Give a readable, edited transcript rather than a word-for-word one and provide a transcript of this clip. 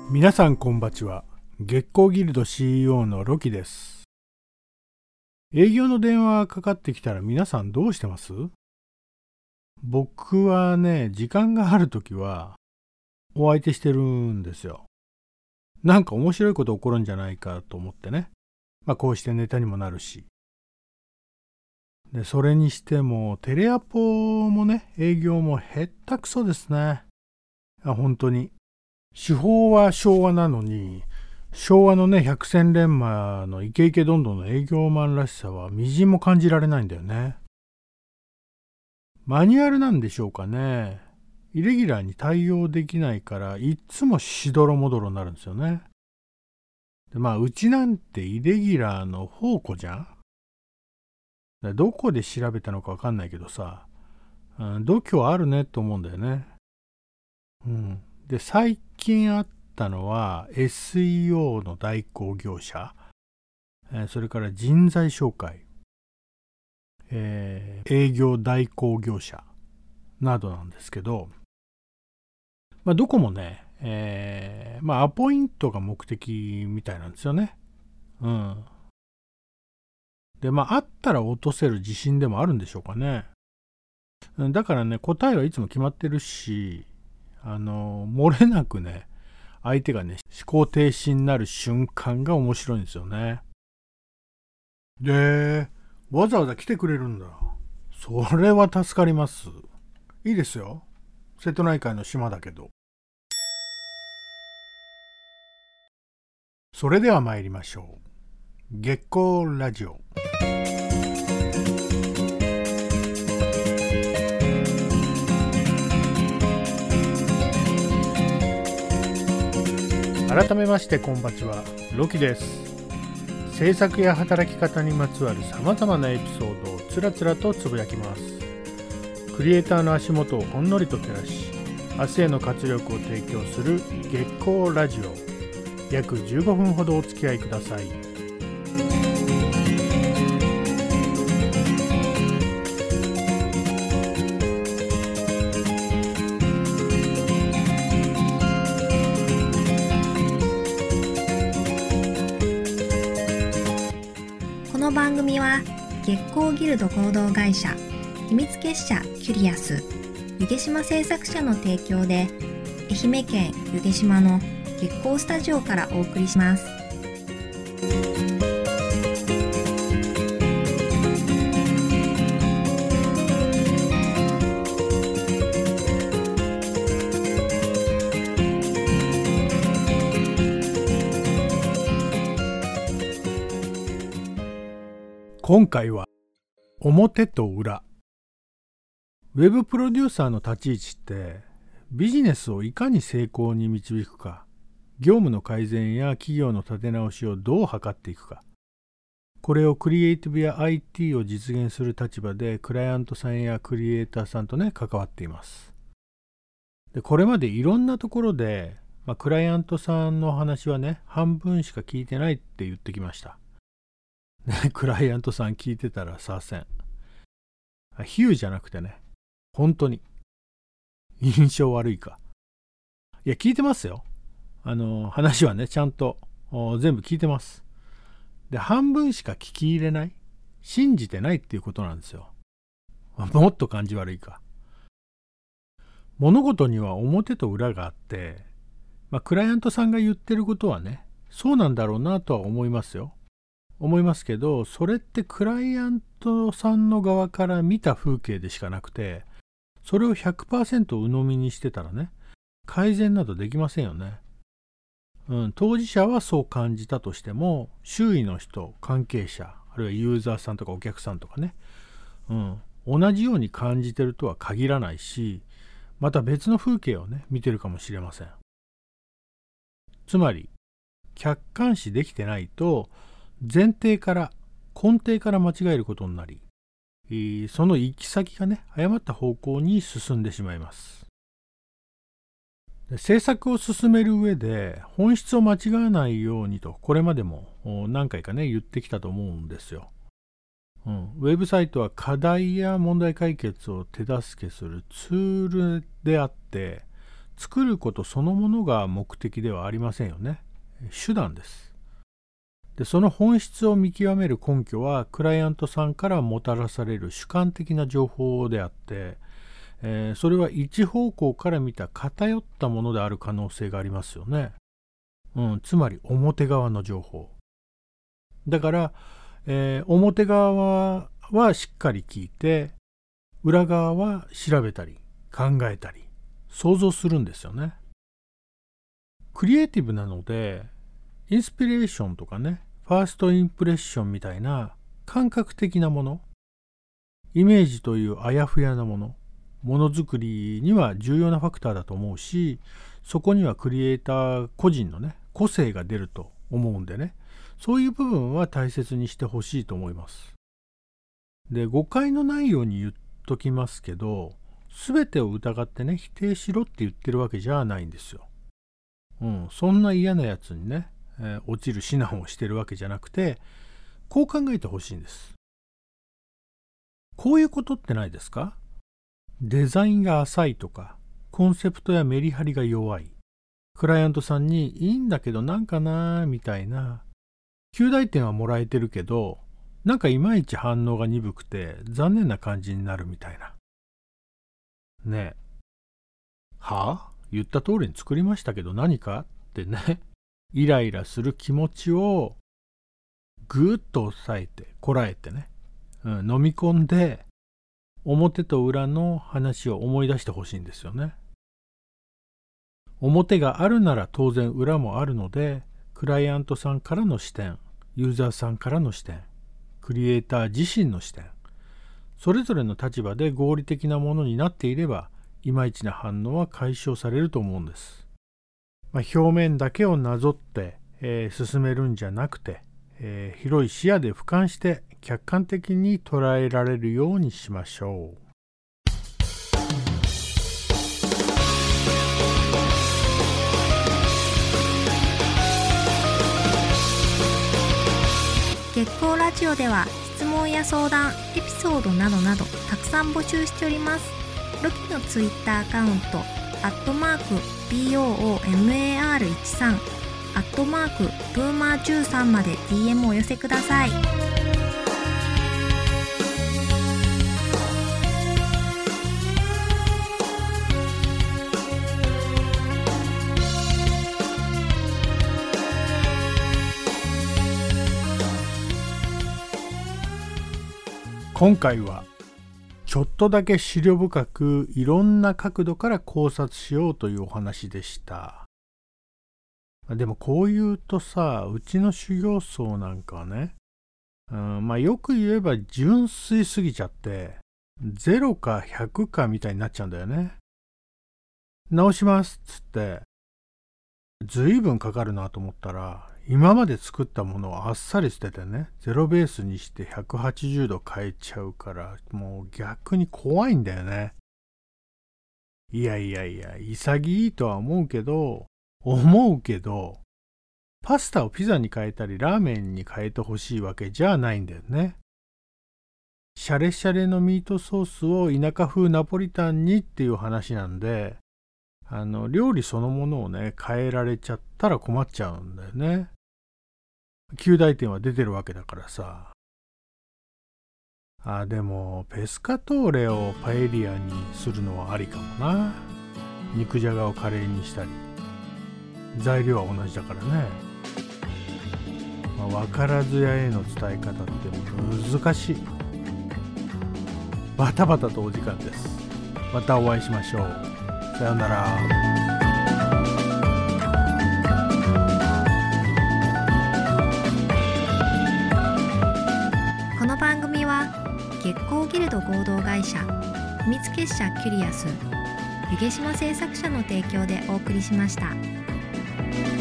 皆さんこんばちは。月光ギルド CEO のロキです。営業の電話がかかってきたら皆さんどうしてます？僕はね、時間があるときはお相手してるんですよ。なんか面白いこと起こるんじゃないかと思ってね。こうしてネタにもなるし。で、それにしてもテレアポもね、営業もへったくそですね。本当に。手法は昭和なのに、昭和のね、百戦錬磨のイケイケどんどんの営業マンらしさはみじんも感じられないんだよね。マニュアルなんでしょうかね。イレギュラーに対応できないから、いっつもしどろもどろになるんですよね。で、うちなんてイレギュラーの宝庫じゃん。どこで調べたのかわかんないけどさ、度胸あるねと思うんだよね。で、最近あったのは SEO の代行業者、それから人材紹介、営業代行業者などなんですけど、どこもね、アポイントが目的みたいなんですよね。で、あったら落とせる自信でもあるんでしょうかね。だからね、答えはいつも決まってるし、漏れなくね、相手がね、思考停止になる瞬間が面白いんですよね。で、わざわざ来てくれるんだ。それは助かります。いいですよ。瀬戸内海の島だけど。それでは参りましょう。月光ラジオ。改めましてこんばちは、ロキです。制作や働き方にまつわるさまざまなエピソードをつらつらとつぶやきます。クリエイターの足元をほんのりと照らし、明日への活力を提供する月光ラジオ。約15分ほどお付き合いください。 この番組は月光ギルド合同会社、秘密結社キュリアス、湯気島製作者の提供で、愛媛県湯気島の月光スタジオからお送りします。 今回は表と裏。ウェブプロデューサーの立ち位置ってビジネスをいかに成功に導くか、業務の改善や企業の立て直しをどう図っていくか、これをクリエイティブや IT を実現する立場でクライアントさんやクリエイターさんとね関わっています。で、これまでいろんなところで、クライアントさんの話はね半分しか聞いてないって言ってきました。クライアントさん聞いてたらさせん。比喩じゃなくてね、本当に印象悪いか。いや、聞いてますよ。話はねちゃんと全部聞いてます。で、半分しか聞き入れない、信じてないっていうことなんですよ。もっと感じ悪いか。物事には表と裏があって、クライアントさんが言ってることはねそうなんだろうなとは思いますよ。思いますけど、それってクライアントさんの側から見た風景でしかなくて、それを 100% 鵜呑みにしてたらね、改善などできませんよね。当事者はそう感じたとしても、周囲の人、関係者、あるいはユーザーさんとかお客さんとかね、同じように感じてるとは限らないし、また別の風景をね、見てるかもしれません。つまり、客観視できてないと、前提から根底から間違えることになり、その行き先がね誤った方向に進んでしまいます。制作を進める上で本質を間違わないようにと、これまでも何回かね言ってきたと思うんですよ。ウェブサイトは課題や問題解決を手助けするツールであって、 作ることそのものが目的ではありませんよね。手段です。で、その本質を見極める根拠はクライアントさんからもたらされる主観的な情報であって、それは一方向から見た偏ったものである可能性がありますよね。つまり表側の情報。だから、表側はしっかり聞いて、裏側は調べたり考えたり想像するんですよね。クリエイティブなので、インスピレーションとかね、ファーストインプレッションみたいな感覚的なもの、イメージというあやふやなもの、ものづくりには重要なファクターだと思うし、そこにはクリエイター個人のね、個性が出ると思うんでね、そういう部分は大切にしてほしいと思います。で、誤解のないように言っときますけど、全てを疑ってね、否定しろって言ってるわけじゃないんですよ。そんな嫌なやつにね、落ちる指南をしてるわけじゃなくて、こう考えてほしいんです。こういうことってないですか？デザインが浅いとか、コンセプトやメリハリが弱い、クライアントさんにいいんだけどなんかなみたいな、及第点はもらえてるけど、なんかいまいち反応が鈍くて残念な感じになるみたいな。ねえ。はぁ？言った通りに作りましたけど何かってね、イライラする気持ちをぐーっと抑えてこらえてね、飲み込んで表と裏の話を思い出してほしいんですよね。表があるなら当然裏もあるので、クライアントさんからの視点、ユーザーさんからの視点、クリエイター自身の視点、それぞれの立場で合理的なものになっていれば、いまいちな反応は解消されると思うんです。表面だけをなぞって、進めるんじゃなくて、広い視野で俯瞰して客観的に捉えられるようにしましょう。 月光ラジオでは質問や相談、エピソードなどなどたくさん募集しております。ロキのツイッターアカウント@BOOMAR13 @BOOMER13 まで DM をお寄せください。 今回はちょっとだけ思慮深くいろんな角度から考察しようというお話でした。でもこう言うとさ、うちの修行僧なんかはね、よく言えば純粋すぎちゃって0か100かみたいになっちゃうんだよね。直しますっつってずいぶんかかるなと思ったら、今まで作ったものをあっさり捨ててね、ゼロベースにして180度変えちゃうから、もう逆に怖いんだよね。いや、潔いとは思うけど、パスタをピザに変えたりラーメンに変えてほしいわけじゃないんだよね。シャレシャレのミートソースを田舎風ナポリタンにっていう話なんで、料理そのものをね、変えられちゃったら困っちゃうんだよね。及第点は出てるわけだからさ。でもペスカトーレをパエリアにするのはありかもな。肉じゃがをカレーにしたり、材料は同じだからね。分からずやへの伝え方って難しい。バタバタとお時間です。またお会いしましょう。さようなら。 この番組は月光ギルド合同会社秘密結社キュリアス湯毛島製作者の提供でお送りしました。